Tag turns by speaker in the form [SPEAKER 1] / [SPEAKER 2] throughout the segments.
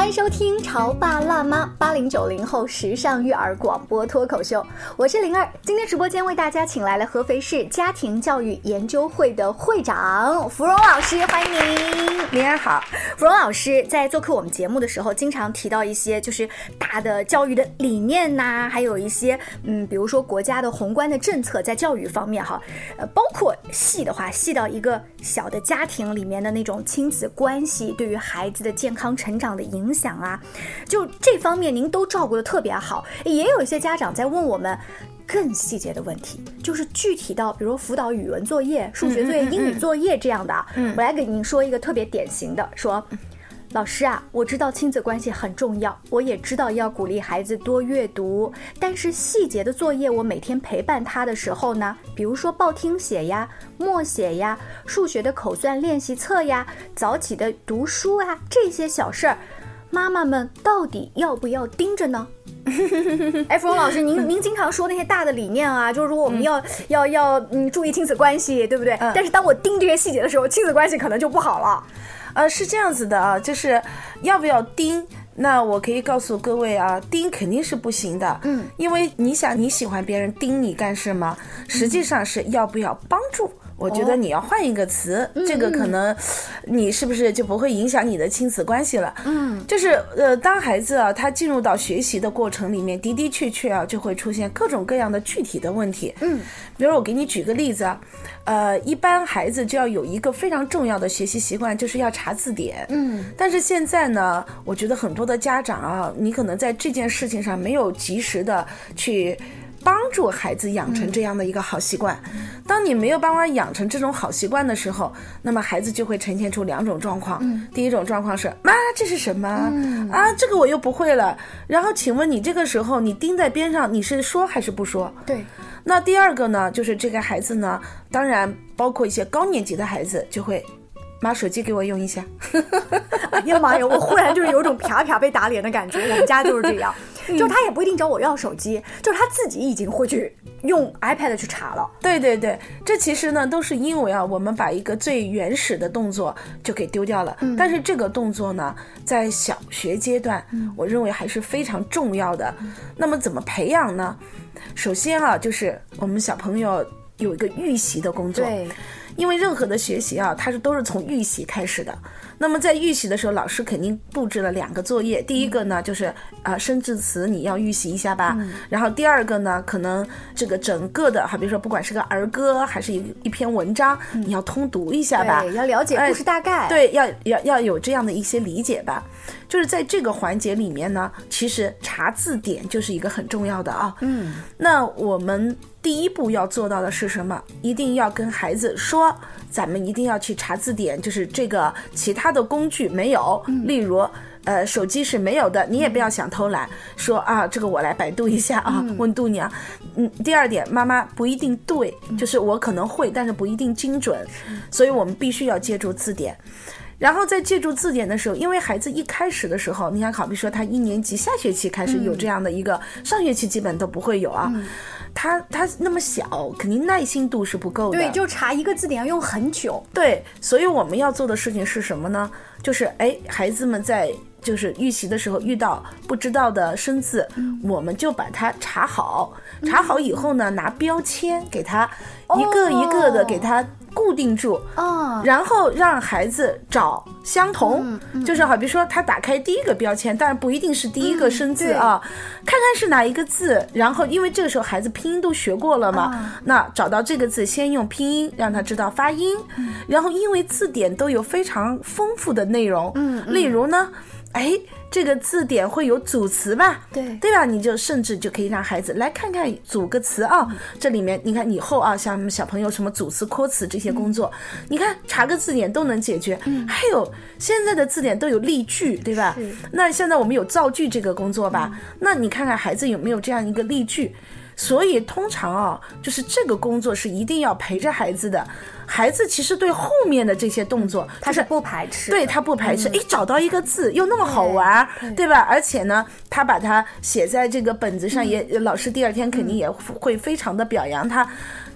[SPEAKER 1] 欢迎收听潮爸辣妈8090后时尚育儿广播脱口秀，我是灵儿。今天直播间为大家请来了合肥市家庭教育研究会的会长芙蓉老师，欢迎您。
[SPEAKER 2] 灵儿好。
[SPEAKER 1] 芙蓉老师在做客我们节目的时候，经常提到一些就是大的教育的理念呐，还有一些比如说国家的宏观的政策在教育方面哈，包括细的话，细到一个小的家庭里面的那种亲子关系对于孩子的健康成长的影响啊，就这方面您都照顾得特别好。也有一些家长在问我们更细节的问题，就是具体到比如辅导语文作业、数学作业、英语作业这样的。我来给您说一个特别典型的，说老师啊，我知道亲子关系很重要，我也知道要鼓励孩子多阅读，但是细节的作业我每天陪伴他的时候呢，比如说报听写呀、默写呀、数学的口算练习册呀、早起的读书啊，这些小事儿，妈妈们到底要不要盯着呢？芙蓉老师，您经常说那些大的理念啊，就是说我们要注意亲子关系，对不对？但是当我盯这些细节的时候，亲子关系可能就不好了。
[SPEAKER 2] 是这样子的啊，就是要不要盯？那我可以告诉各位啊，盯肯定是不行的。因为你想你喜欢别人盯你干什么？实际上是要不要帮助。我觉得你要换一个词，这个可能你是不是就不会影响你的亲子关系了？就是当孩子啊他进入到学习的过程里面，的的确确啊就会出现各种各样的具体的问题。比如我给你举个例子啊，一般孩子就要有一个非常重要的学习习惯，就是要查字典。但是现在呢，我觉得很多的家长啊，你可能在这件事情上没有及时的去帮助孩子养成这样的一个好习惯。当你没有办法养成这种好习惯的时候，那么孩子就会呈现出两种状况。第一种状况是妈，这是什么啊？这个我又不会了。然后请问你这个时候你盯在边上，你是说还是不说？
[SPEAKER 1] 对。
[SPEAKER 2] 那第二个呢，就是这个孩子呢，当然包括一些高年级的孩子就会，妈手机给我用一下。
[SPEAKER 1] 哎呀妈呀，我忽然就是有种啪啪被打脸的感觉。我们家就是这样，就他也不一定找我要手机，就是他自己已经会去用 iPad 去查了。
[SPEAKER 2] 对对对，这其实呢都是因为啊，我们把一个最原始的动作就给丢掉了。但是这个动作呢，在小学阶段，我认为还是非常重要的。那么怎么培养呢？首先啊，就是我们小朋友有一个预习的工作。对。因为任何的学习啊，它都是从预习开始的。那么在预习的时候，老师肯定布置了2个作业。第一个呢，就是生字词你要预习一下吧。然后第二个呢，可能这个整个的，好比说不管是个儿歌还是一篇文章，你要通读一下吧。
[SPEAKER 1] 对，要了解故事大概。
[SPEAKER 2] 对，要有这样的一些理解吧。就是在这个环节里面呢，其实查字典就是一个很重要的啊。那我们第一步要做到的是什么？一定要跟孩子说，咱们一定要去查字典，就是这个其他的工具没有，例如手机是没有的，你也不要想偷懒，说啊这个我来百度一下啊，问度娘。第二点，妈妈不一定对，就是我可能会，但是不一定精准，所以我们必须要借助字典。然后在借助字典的时候，因为孩子一开始的时候，你看好比说他1年级下学期开始有这样的一个，上学期基本都不会有啊。他那么小，肯定耐心度是不够的。
[SPEAKER 1] 对，就查一个字典要用很久。
[SPEAKER 2] 对，所以我们要做的事情是什么呢？就是孩子们在就是预习的时候遇到不知道的生字，我们就把它查好。查好以后呢，拿标签给他一个一个的给他固定住，然后让孩子找相同，就是好比说他打开第一个标签，当然不一定是第一个生字啊，看看是哪一个字，然后因为这个时候孩子拼音都学过了嘛，那找到这个字先用拼音让他知道发音，然后因为字典都有非常丰富的内容，例如呢这个字典会有组词吧，对吧？你就甚至就可以让孩子来看看组个词啊，这里面你看以后啊，像小朋友什么组词、扩词这些工作，你看查个字典都能解决。还有现在的字典都有例句，对吧？那现在我们有造句这个工作吧，那你看看孩子有没有这样一个例句。所以通常就是这个工作是一定要陪着孩子的。孩子其实对后面的这些动作
[SPEAKER 1] 他是不排斥，
[SPEAKER 2] 对，他不排斥。找到一个字又那么好玩，对吧？而且呢，他把它写在这个本子上，也老师第二天肯定也会非常的表扬他。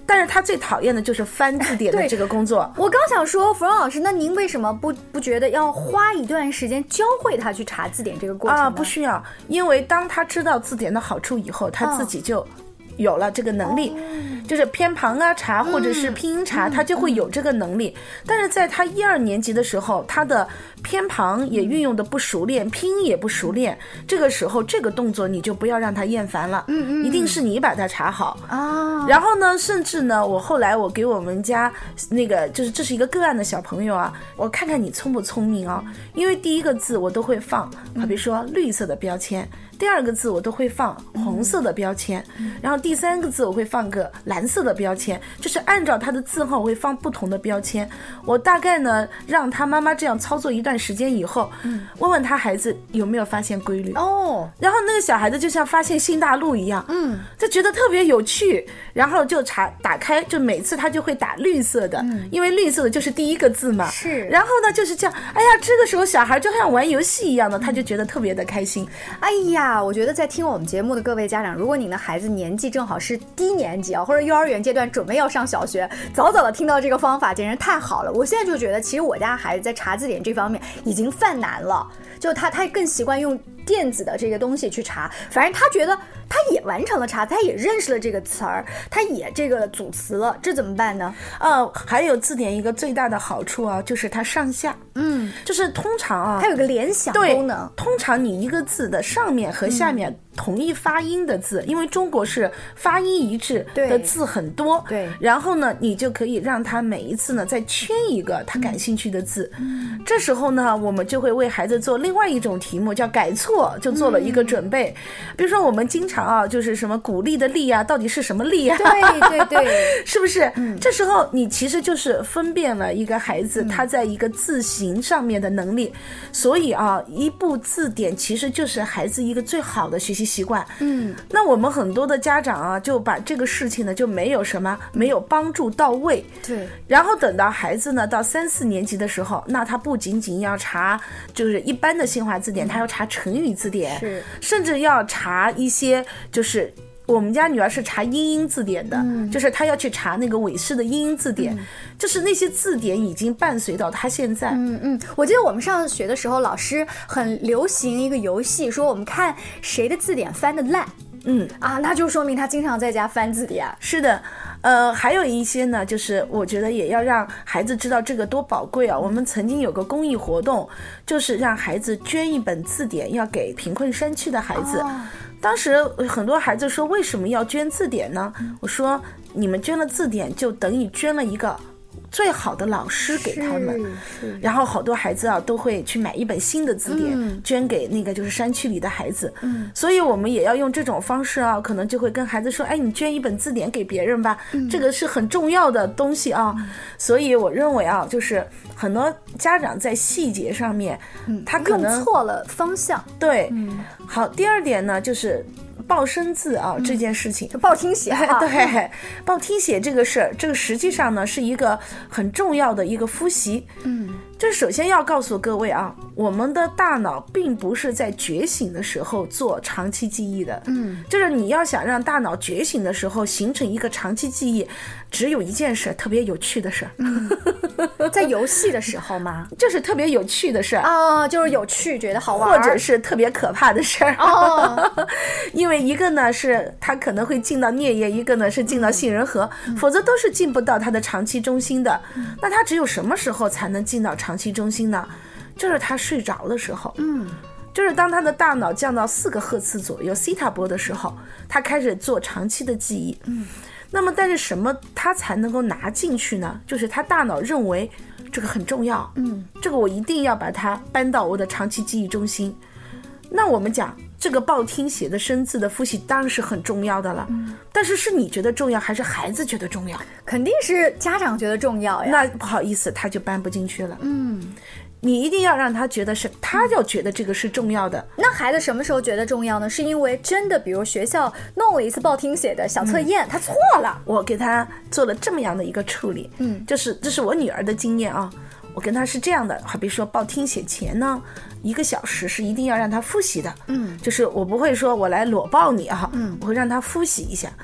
[SPEAKER 2] 但是他最讨厌的就是翻字典的这个工作。
[SPEAKER 1] 我刚想说，芙蓉老师，那您为什么不觉得要花一段时间教会他去查字典这个过程呢？
[SPEAKER 2] 不需要，因为当他知道字典的好处以后，他自己就有了这个能力，就是偏旁啊查或者是拼音查，他就会有这个能力。但是在他1、2年级的时候，他的偏旁也运用的不熟练，拼音也不熟练，这个时候这个动作你就不要让他厌烦了，一定是你把它查好啊。然后呢，甚至呢，我后来我给我们家那个就是这是一个个案的小朋友啊，我看看你聪不聪明啊，因为第一个字我都会放，好比说绿色的标签。第2个字我都会放红色的标签，然后第3个字我会放个蓝色的标签，就是按照他的字号我会放不同的标签。我大概呢让他妈妈这样操作一段时间以后，问问他孩子有没有发现规律哦，然后那个小孩子就像发现新大陆一样，就觉得特别有趣，然后就打开，就每次他就会打绿色的，因为绿色的就是第1个字嘛，
[SPEAKER 1] 是。
[SPEAKER 2] 然后呢就是这样，哎呀，这个时候小孩就像玩游戏一样的，他就觉得特别的开心。
[SPEAKER 1] 哎呀，我觉得在听我们节目的各位家长，如果你的孩子年纪正好是低年级啊，或者幼儿园阶段准备要上小学，早早的听到这个方法简直太好了。我现在就觉得其实我家孩子在查字典这方面已经犯难了，就他更习惯用电子的这个东西去查，反正他觉得他也完成了查，他也认识了这个词儿，他也这个组词了，这怎么办呢？
[SPEAKER 2] 还有字典一个最大的好处啊，就是它上下，就是通常啊，
[SPEAKER 1] 它有个联想功能。
[SPEAKER 2] 通常你一个字的上面和下面同一发音的字，因为中国是发音一致的字很多，
[SPEAKER 1] 对，
[SPEAKER 2] 然后呢，你就可以让他每一次呢再圈一个他感兴趣的字。这时候呢，我们就会为孩子做另外一种题目，叫改错，就做了一个准备。比如说我们经常啊，就是什么鼓励的励啊，到底是什么励啊？
[SPEAKER 1] 对，
[SPEAKER 2] 是不是？这时候你其实就是分辨了一个孩子他在一个字形上面的能力。所以啊，一部字典其实就是孩子一个最好的学习习惯。那我们很多的家长啊，就把这个事情呢就没有帮助到位。
[SPEAKER 1] 对。
[SPEAKER 2] 然后等到孩子呢到3、4年级的时候，那他不仅仅要查就是一般的新华字典，他要查成语字典，
[SPEAKER 1] 是，
[SPEAKER 2] 甚至要查一些就是我们家女儿是查英音字典的，就是她要去查那个韦氏的英音字典，就是那些字典已经伴随到她现在。
[SPEAKER 1] 我记得我们上学的时候，老师很流行一个游戏，说我们看谁的字典翻得烂，那就说明他经常在家翻字典。
[SPEAKER 2] 是的。还有一些呢，就是我觉得也要让孩子知道这个多宝贵啊。我们曾经有个公益活动，就是让孩子捐一本字典，要给贫困山区的孩子。当时很多孩子说，为什么要捐字典呢？我说，你们捐了字典，就等于捐了一个最好的老师给他们。然后好多孩子啊都会去买一本新的字典，捐给那个就是山区里的孩子。所以我们也要用这种方式啊，可能就会跟孩子说，哎，你捐一本字典给别人吧，这个是很重要的东西啊。所以我认为啊，就是很多家长在细节上面，他可能
[SPEAKER 1] 用错了方向。
[SPEAKER 2] 对，好，第2点呢，就是报生字啊，这件事情，
[SPEAKER 1] 报听写啊，
[SPEAKER 2] 对，报听写这个事儿，这个实际上呢是一个很重要的一个复习。就是首先要告诉各位啊，我们的大脑并不是在觉醒的时候做长期记忆的。就是你要想让大脑觉醒的时候形成一个长期记忆，只有一件事，特别有趣的事。
[SPEAKER 1] 在游戏的时候吗？
[SPEAKER 2] 就是特别有趣的事
[SPEAKER 1] 啊，就是有趣，觉得好玩，
[SPEAKER 2] 或者是特别可怕的事儿。因为一个呢是他可能会进到颞叶，一个呢是进到杏仁核，否则都是进不到他的长期中心的。那他只有什么时候才能进到长期中心呢？就是他睡着的时候。就是当他的大脑降到4个赫兹左右西塔波的时候，他开始做长期的记忆。那么但是什么他才能够拿进去呢？就是他大脑认为这个很重要，这个我一定要把它搬到我的长期记忆中心。那我们讲这个报听写的生字的复习当然是很重要的了，但是是你觉得重要还是孩子觉得重要？
[SPEAKER 1] 肯定是家长觉得重要呀。
[SPEAKER 2] 那不好意思，他就搬不进去了。你一定要让他觉得是他要觉得这个是重要的。
[SPEAKER 1] 那孩子什么时候觉得重要呢？是因为真的比如学校弄了一次报听写的小测验，他错了，
[SPEAKER 2] 我给他做了这么样的一个处理。这是我女儿的经验啊。我跟他是这样的，好比说报听写前呢1个小时是一定要让他复习的。就是我不会说我来裸报你啊，我会让他复习一下。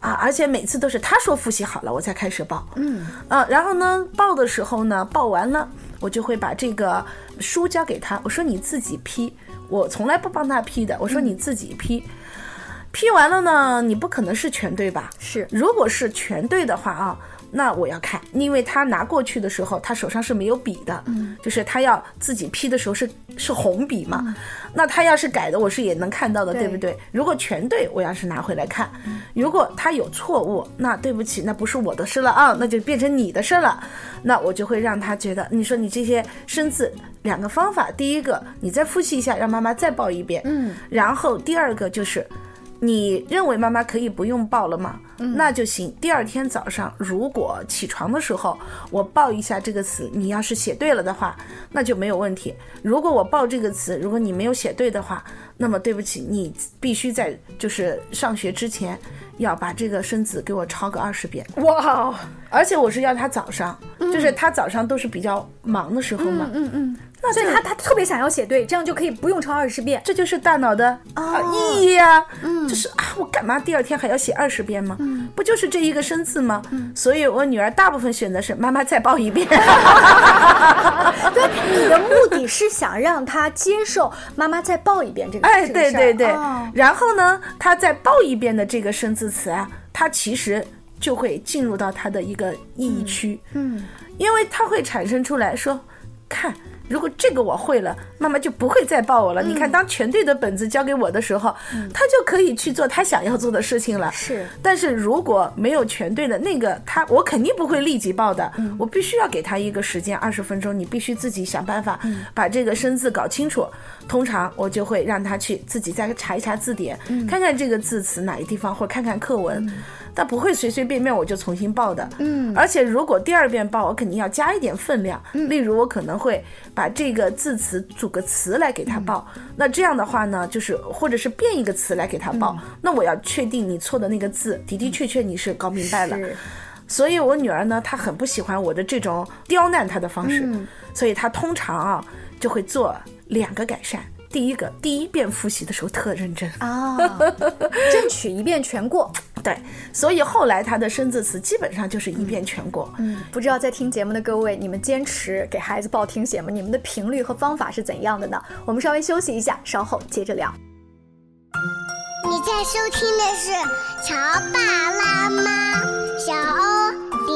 [SPEAKER 2] 而且每次都是他说复习好了我才开始报。然后呢报的时候呢，报完了我就会把这个书交给他，我说你自己批，我从来不帮他批的，我说你自己批。批完了呢，你不可能是全对吧？
[SPEAKER 1] 是，
[SPEAKER 2] 如果是全对的话啊，那我要看，因为他拿过去的时候他手上是没有笔的，就是他要自己批的时候是红笔嘛，那他要是改的我是也能看到的， 对不对？如果全对我要是拿回来看，如果他有错误，那对不起，那不是我的事了啊，那就变成你的事了。那我就会让他觉得，你说你这些生字2个方法，第一个你再复习一下，让妈妈再报一遍，然后第二个就是你认为妈妈可以不用报了吗？那就行。第二天早上如果起床的时候我报一下这个词，你要是写对了的话，那就没有问题。如果我报这个词，如果你没有写对的话，那么对不起，你必须在就是上学之前要把这个生字给我抄个20遍。
[SPEAKER 1] 哇！
[SPEAKER 2] 而且我是要他早上，就是他早上都是比较忙的时候嘛。
[SPEAKER 1] 那所以他特别想要写对，这样就可以不用抄20遍。
[SPEAKER 2] 这就是大脑的意义呀。就是我干嘛第二天还要写20遍吗？不就是这一个生字吗？所以我女儿大部分选择是妈妈再报一遍。
[SPEAKER 1] 对，你的目的是想让她接受妈妈再报一遍这个事。
[SPEAKER 2] 对对对。然后呢，她再报一遍的这个生字词啊，她其实就会进入到她的一个意义区。因为她会产生出来说，看。如果这个我会了，妈妈就不会再报我了。你看，当全对的本子交给我的时候，他就可以去做他想要做的事情了。
[SPEAKER 1] 是，
[SPEAKER 2] 但是如果没有全对的那个，我肯定不会立即报的。我必须要给他一个时间，20分钟，你必须自己想办法把这个生字搞清楚。通常我就会让他去自己再查一查字典，看看这个字词哪一地方，或看看课文。但不会随随便便我就重新报的。而且如果第2遍报，我肯定要加一点分量。例如我可能会把这个字词组个词来给他报。那这样的话呢，就是或者是变一个词来给他报。那我要确定你错的那个字的的确确你是搞明白了。所以我女儿呢，她很不喜欢我的这种刁难她的方式。所以她通常就会做2个改善。第一遍复习的时候特认真
[SPEAKER 1] 争取1遍全过。
[SPEAKER 2] 对，所以后来他的生字词基本上就是1遍全过。
[SPEAKER 1] 不知道在听节目的各位，你们坚持给孩子报听写吗？你们的频率和方法是怎样的呢？我们稍微休息一下，稍后接着聊。
[SPEAKER 3] 你在收听的是乔爸拉妈，小欧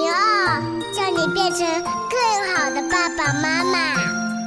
[SPEAKER 3] 02，叫你变成更好的爸爸妈妈。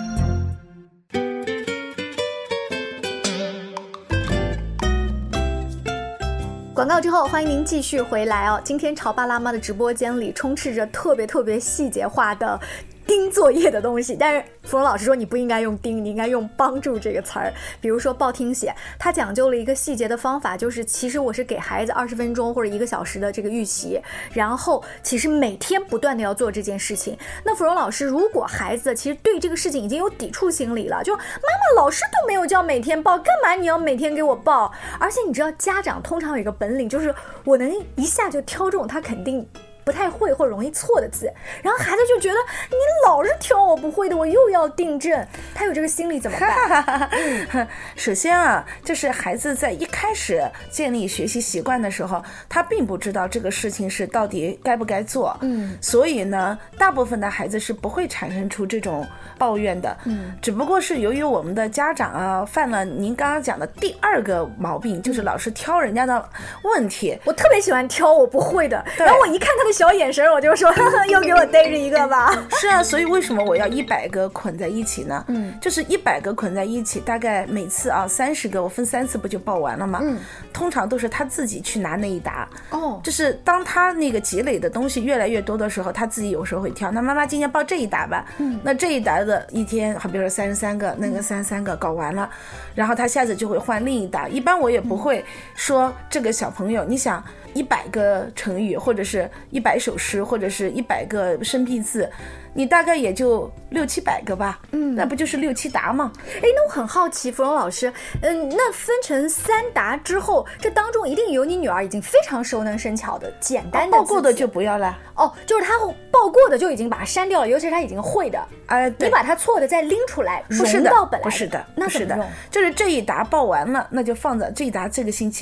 [SPEAKER 1] 广告之后，欢迎您继续回来哦。今天潮爸辣妈的直播间里充斥着特别细节化的盯作业的东西，但是芙蓉老师说你不应该用盯，你应该用帮助这个词儿。比如说报听写，他讲究了一个细节的方法，就是其实我是给孩子20分钟或者1个小时的这个预习，然后其实每天不断的要做这件事情。那芙蓉老师，如果孩子其实对这个事情已经有抵触心理了，就妈妈老师都没有叫每天报，干嘛你要每天给我报？而且你知道家长通常有一个本领，就是我能一下就挑中他肯定不太会或容易错的字，然后孩子就觉得你老是挑我不会的，我又要订正，他有这个心理怎么办？
[SPEAKER 2] 首先就是孩子在一开始建立学习习惯的时候，他并不知道这个事情是到底该不该做，所以呢，大部分的孩子是不会产生出这种抱怨的，只不过是由于我们的家长犯了您刚刚讲的第2个毛病，就是老是挑人家的问题。
[SPEAKER 1] 我特别喜欢挑我不会的，然后我一看他的小眼神，我就说呵呵，又给我逮着一个吧。
[SPEAKER 2] 是啊，所以为什么我要100个捆在一起呢？就是100个捆在一起，大概每次30个，我分3次不就报完了吗？通常都是他自己去拿那一沓。就是当他那个积累的东西越来越多的时候，他自己有时候会挑，那妈妈今天报这一沓吧。那这一沓的一天，比如说33个，那个33个搞完了，然后他下次就会换另一沓。一般我也不会说这个小朋友，你想100个成语，或者是100首诗，或者是100个生僻字，你大概也就600-700个吧。那不就是6-7沓吗？
[SPEAKER 1] 那我很好奇，芙蓉老师，那分成3沓之后，这当中一定有你女儿已经非常熟能生巧的简单的
[SPEAKER 2] 报过的就不要了。
[SPEAKER 1] 就是她报过的就已经把它删掉了，尤其是她已经会的，你把她错的再拎出来，融到本来的。
[SPEAKER 2] 不是的，
[SPEAKER 1] 那怎么用？
[SPEAKER 2] 就是这一沓报完了，那就放在这一沓这个星期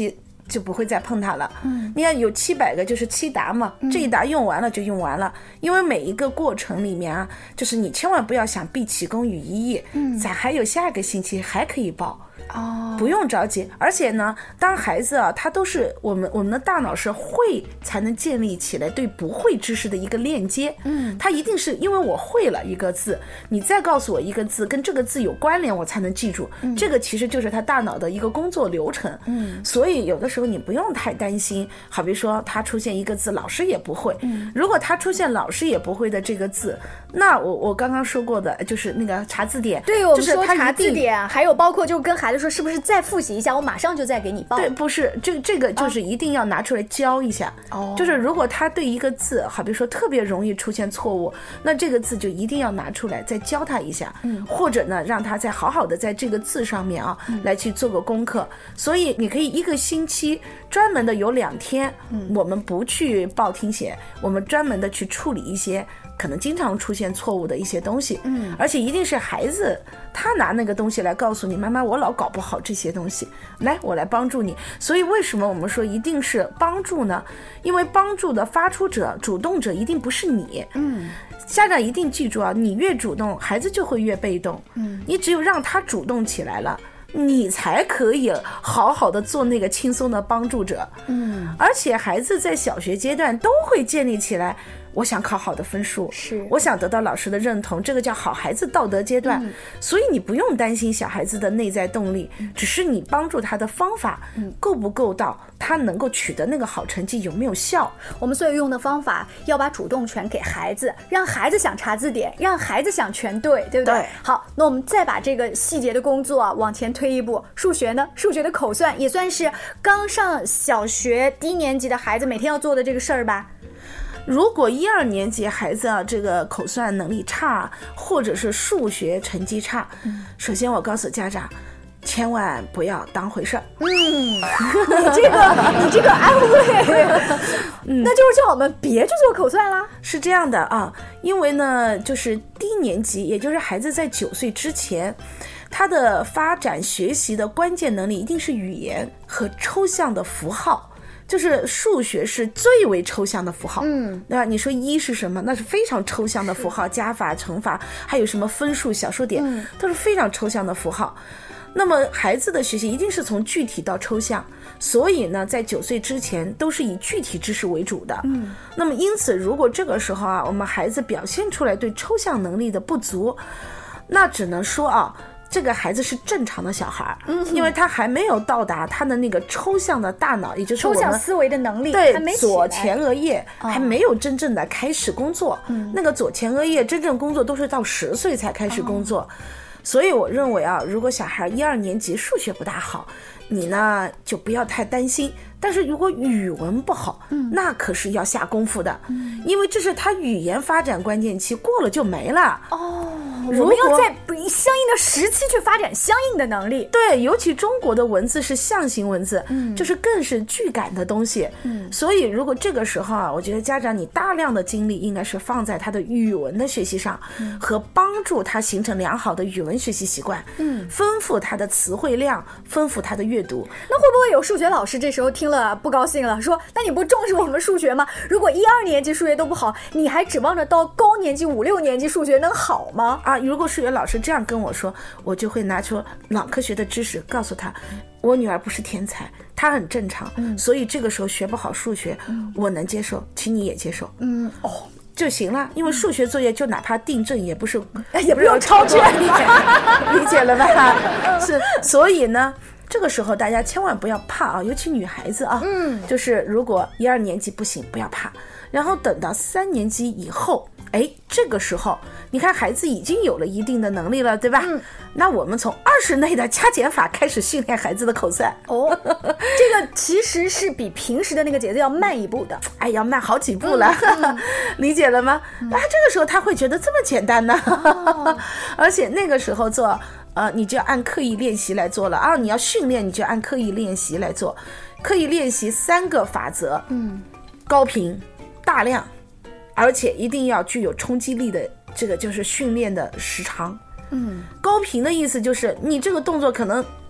[SPEAKER 2] 就不会再碰它了。你看有700个就是7沓嘛，这一沓用完了就用完了。因为每一个过程里面啊，就是你千万不要想毕其功于一役，咱还有下个星期还可以报。不用着急。而且呢，当孩子啊，他都是我们的大脑是会才能建立起来对不会知识的一个链接。他一定是因为我会了一个字，你再告诉我一个字跟这个字有关联，我才能记住。这个其实就是他大脑的一个工作流程。所以有的时候你不用太担心，好比说他出现一个字老师也不会，如果他出现老师也不会的这个字，那我刚刚说过的就是那个查字典。
[SPEAKER 1] 对，我们说查字典，还有包括就跟孩子说是不是再复习一下，我马上就再给你报。
[SPEAKER 2] 对，不是这个就是一定要拿出来教一下。就是如果他对一个字好比说特别容易出现错误，那这个字就一定要拿出来再教他一下。或者呢让他再好好的在这个字上面啊来去做个功课。所以你可以一个星期专门的有2天，我们不去报听写，我们专门的去处理一些可能经常出现错误的一些东西。而且一定是孩子他拿那个东西来告诉你，妈妈我老搞不好这些东西，来我来帮助你。所以为什么我们说一定是帮助呢？因为帮助的发出者主动者一定不是你。家长一定记住啊，你越主动孩子就会越被动。你只有让他主动起来了，你才可以好好的做那个轻松的帮助者。而且孩子在小学阶段都会建立起来，我想考好的分数，
[SPEAKER 1] 是
[SPEAKER 2] 我想得到老师的认同，这个叫好孩子道德阶段。所以你不用担心小孩子的内在动力，只是你帮助他的方法够不够到，他能够取得那个好成绩有没有效。
[SPEAKER 1] 我们所以用的方法要把主动权给孩子，让孩子想查字典，让孩子想全对，对不对？
[SPEAKER 2] 对。
[SPEAKER 1] 好，那我们再把这个细节的工作往前推一步，数学呢？数学的口算也算是刚上小学低年级的孩子每天要做的这个事儿吧。
[SPEAKER 2] 如果1、2年级孩子啊，这个口算能力差，或者是数学成绩差，首先我告诉家长，千万不要当回事儿。
[SPEAKER 1] 你这个安慰，那就是叫我们别去做口算啦。
[SPEAKER 2] 是这样的啊，因为呢，就是低年级，也就是孩子在9岁之前，他的发展学习的关键能力一定是语言和抽象的符号。就是数学是最为抽象的符号，对吧？你说1是什么？那是非常抽象的符号，加法、乘法，还有什么分数、小数点，都是非常抽象的符号。那么孩子的学习一定是从具体到抽象，所以呢，在9岁之前都是以具体知识为主的。那么因此，如果这个时候啊，我们孩子表现出来对抽象能力的不足，那只能说啊，这个孩子是正常的小孩，因为他还没有到达他的那个抽象的大脑，也就是我们
[SPEAKER 1] 抽象思维的能力，
[SPEAKER 2] 对，
[SPEAKER 1] 还没
[SPEAKER 2] 左前额叶还没有真正的开始工作。那个左前额叶真正工作都是到10岁才开始工作。所以我认为啊，如果小孩1、2年级数学不大好，你呢就不要太担心。但是如果语文不好，那可是要下功夫的，因为这是他语言发展关键期，过了就没了。
[SPEAKER 1] 我们要在相应的时期去发展相应的能力。
[SPEAKER 2] 对，尤其中国的文字是象形文字，就是更是句感的东西。所以如果这个时候啊，我觉得家长你大量的精力应该是放在他的语文的学习上，和帮助他形成良好的语文学习习惯，丰富他的词汇量，丰富他的阅读。
[SPEAKER 1] 那会不会有数学老师这时候听了不高兴了，说那你不重视我们数学吗？如果1、2年级数学都不好，你还指望着到高年级5、6年级数学能好吗？
[SPEAKER 2] 如果数学老师这样跟我说，我就会拿出脑科学的知识告诉他，我女儿不是天才，她很正常，所以这个时候学不好数学，我能接受，请你也接受。就行了，因为数学作业就哪怕订正也不用抄卷，理解了吧？是，所以呢，这个时候大家千万不要怕啊，尤其女孩子啊，就是如果1、2年级不行，不要怕，然后等到3年级以后，这个时候你看孩子已经有了一定的能力了，对吧？那我们从20内的加减法开始训练孩子的口算。这
[SPEAKER 1] 个其实是比平时的那个节奏要慢一步的，
[SPEAKER 2] 要慢好几步了，理解了吗？这个时候他会觉得这么简单呢，而且那个时候做你就要按刻意练习来做了你要训练你就按刻意练习来做。刻意练习3个法则，高频、大量，而且一定要具有冲击力的，这个就是训练的时长。高频的意思就是你这个动作可能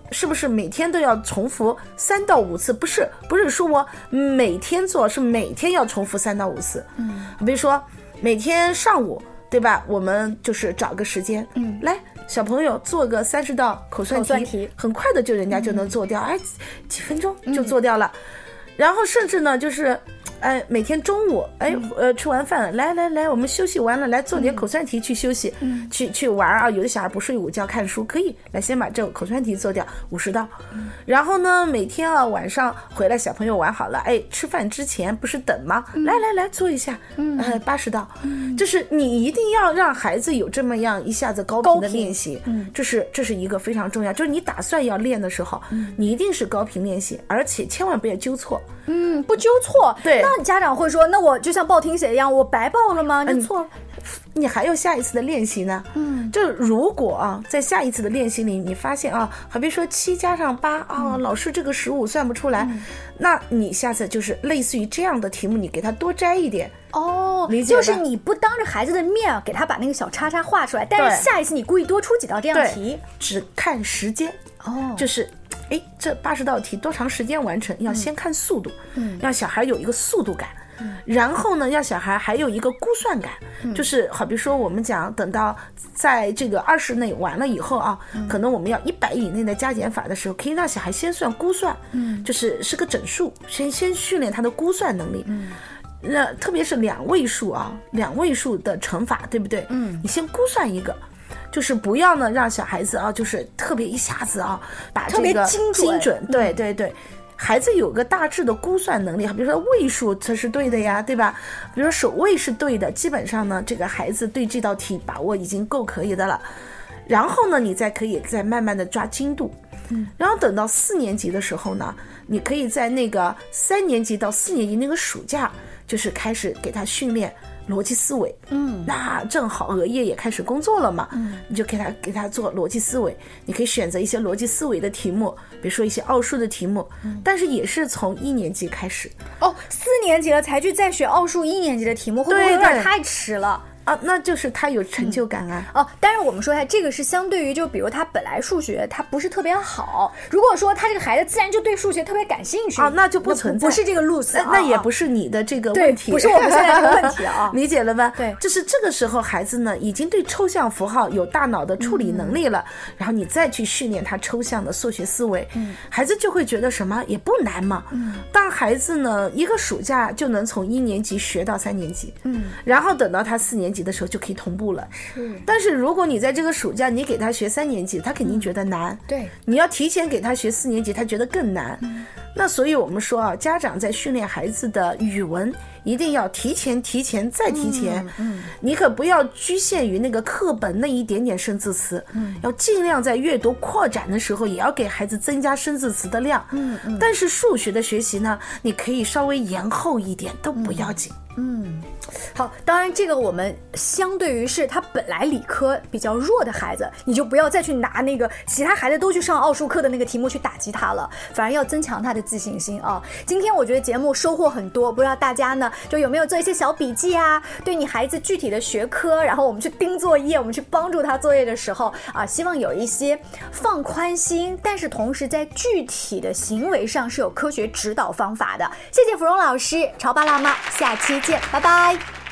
[SPEAKER 2] 是不是每天都要重复3到5次？不是说我每天做，是每天要重复3到5次。比如说每天上午，对吧？我们就是找个时间，来小朋友做个30道口算题，很快的人家就能做掉，几分钟就做掉了。然后甚至呢，就是每天中午吃完饭来我们休息完了来做点口算题去休息，去玩啊。有的小孩不睡午觉看书，可以来先把这个口算题做掉50道。然后呢，每天晚上回来小朋友玩好了，吃饭之前不是等吗？来做一下，80道。就是你一定要让孩子有这么样一下子高频的练习，这是一个非常重要。就是你打算要练的时候，你一定是高频练习，而且千万不要纠错。
[SPEAKER 1] 不纠错。
[SPEAKER 2] 对，
[SPEAKER 1] 那家长会说，那我就像报听写一样，我白报了吗？你错了。
[SPEAKER 2] 你还有下一次的练习呢。就如果在下一次的练习里你发现好比说7加上8老师这个15算不出来，那你下次就是类似于这样的题目，你给他多摘一点。理解吧？
[SPEAKER 1] 就是你不当着孩子的面给他把那个小叉叉画出来，但是下一次你故意多出几道这样题，
[SPEAKER 2] 只看时间。就是这80道题多长时间完成？要先看速度，让小孩有一个速度感。然后呢，让小孩还有一个估算感，就是好比说我们讲，等到在这个20内完了以后可能我们要100以内的加减法的时候，可以让小孩先算估算，就是个整数，先训练他的估算能力。那特别是2位数2位数的乘法，对不对？你先估算一个。就是不要呢让小孩子就是特别一下子把这个精准，对，孩子有个大致的估算能力，比如说位数它是对的呀，对吧？比如说首位是对的，基本上呢这个孩子对这道题把握已经够可以的了。然后呢你可以再慢慢的抓精度。然后等到4年级的时候呢，你可以在那个3年级到4年级那个暑假，就是开始给他训练逻辑思维。那正好额叶也开始工作了嘛，你就给他做逻辑思维。你可以选择一些逻辑思维的题目，比如说一些奥数的题目，但是也是从1年级开始。
[SPEAKER 1] 4年级了才去再学奥数1年级的题目，会不会有点太迟了？
[SPEAKER 2] 那就是他有成就感
[SPEAKER 1] 但是我们说一下，这个是相对于就比如他本来数学他不是特别好，如果说他这个孩子自然就对数学特别感兴趣
[SPEAKER 2] 那就不存在，
[SPEAKER 1] 不是这个路子
[SPEAKER 2] 那也不是你的这个问题，
[SPEAKER 1] 不是我们现在这个问题
[SPEAKER 2] 理解了吧？
[SPEAKER 1] 对，
[SPEAKER 2] 就是这个时候孩子呢已经对抽象符号有大脑的处理能力了，然后你再去训练他抽象的数学思维，孩子就会觉得什么也不难嘛。当孩子呢一个暑假就能从1年级学到3年级，然后等到他4年级的时候就可以同步了。但是如果你在这个暑假你给他学3年级，他肯定觉得难。
[SPEAKER 1] 对，
[SPEAKER 2] 你要提前给他学4年级，他觉得更难。那所以我们说家长在训练孩子的语文一定要提前再提前。你可不要局限于那个课本那一点点生字词，要尽量在阅读扩展的时候也要给孩子增加生字词的量。但是数学的学习呢，你可以稍微延后一点都不要紧。
[SPEAKER 1] 好，当然这个我们相对于是他本来理科比较弱的孩子，你就不要再去拿那个其他孩子都去上奥数课的那个题目去打击他了，反而要增强他的自信心今天我觉得节目收获很多，不知道大家呢就有没有做一些小笔记对你孩子具体的学科，然后我们去盯作业，我们去帮助他作业的时候希望有一些放宽心，但是同时在具体的行为上是有科学指导方法的。谢谢芙蓉老师，潮爸辣妈，下期见，拜拜。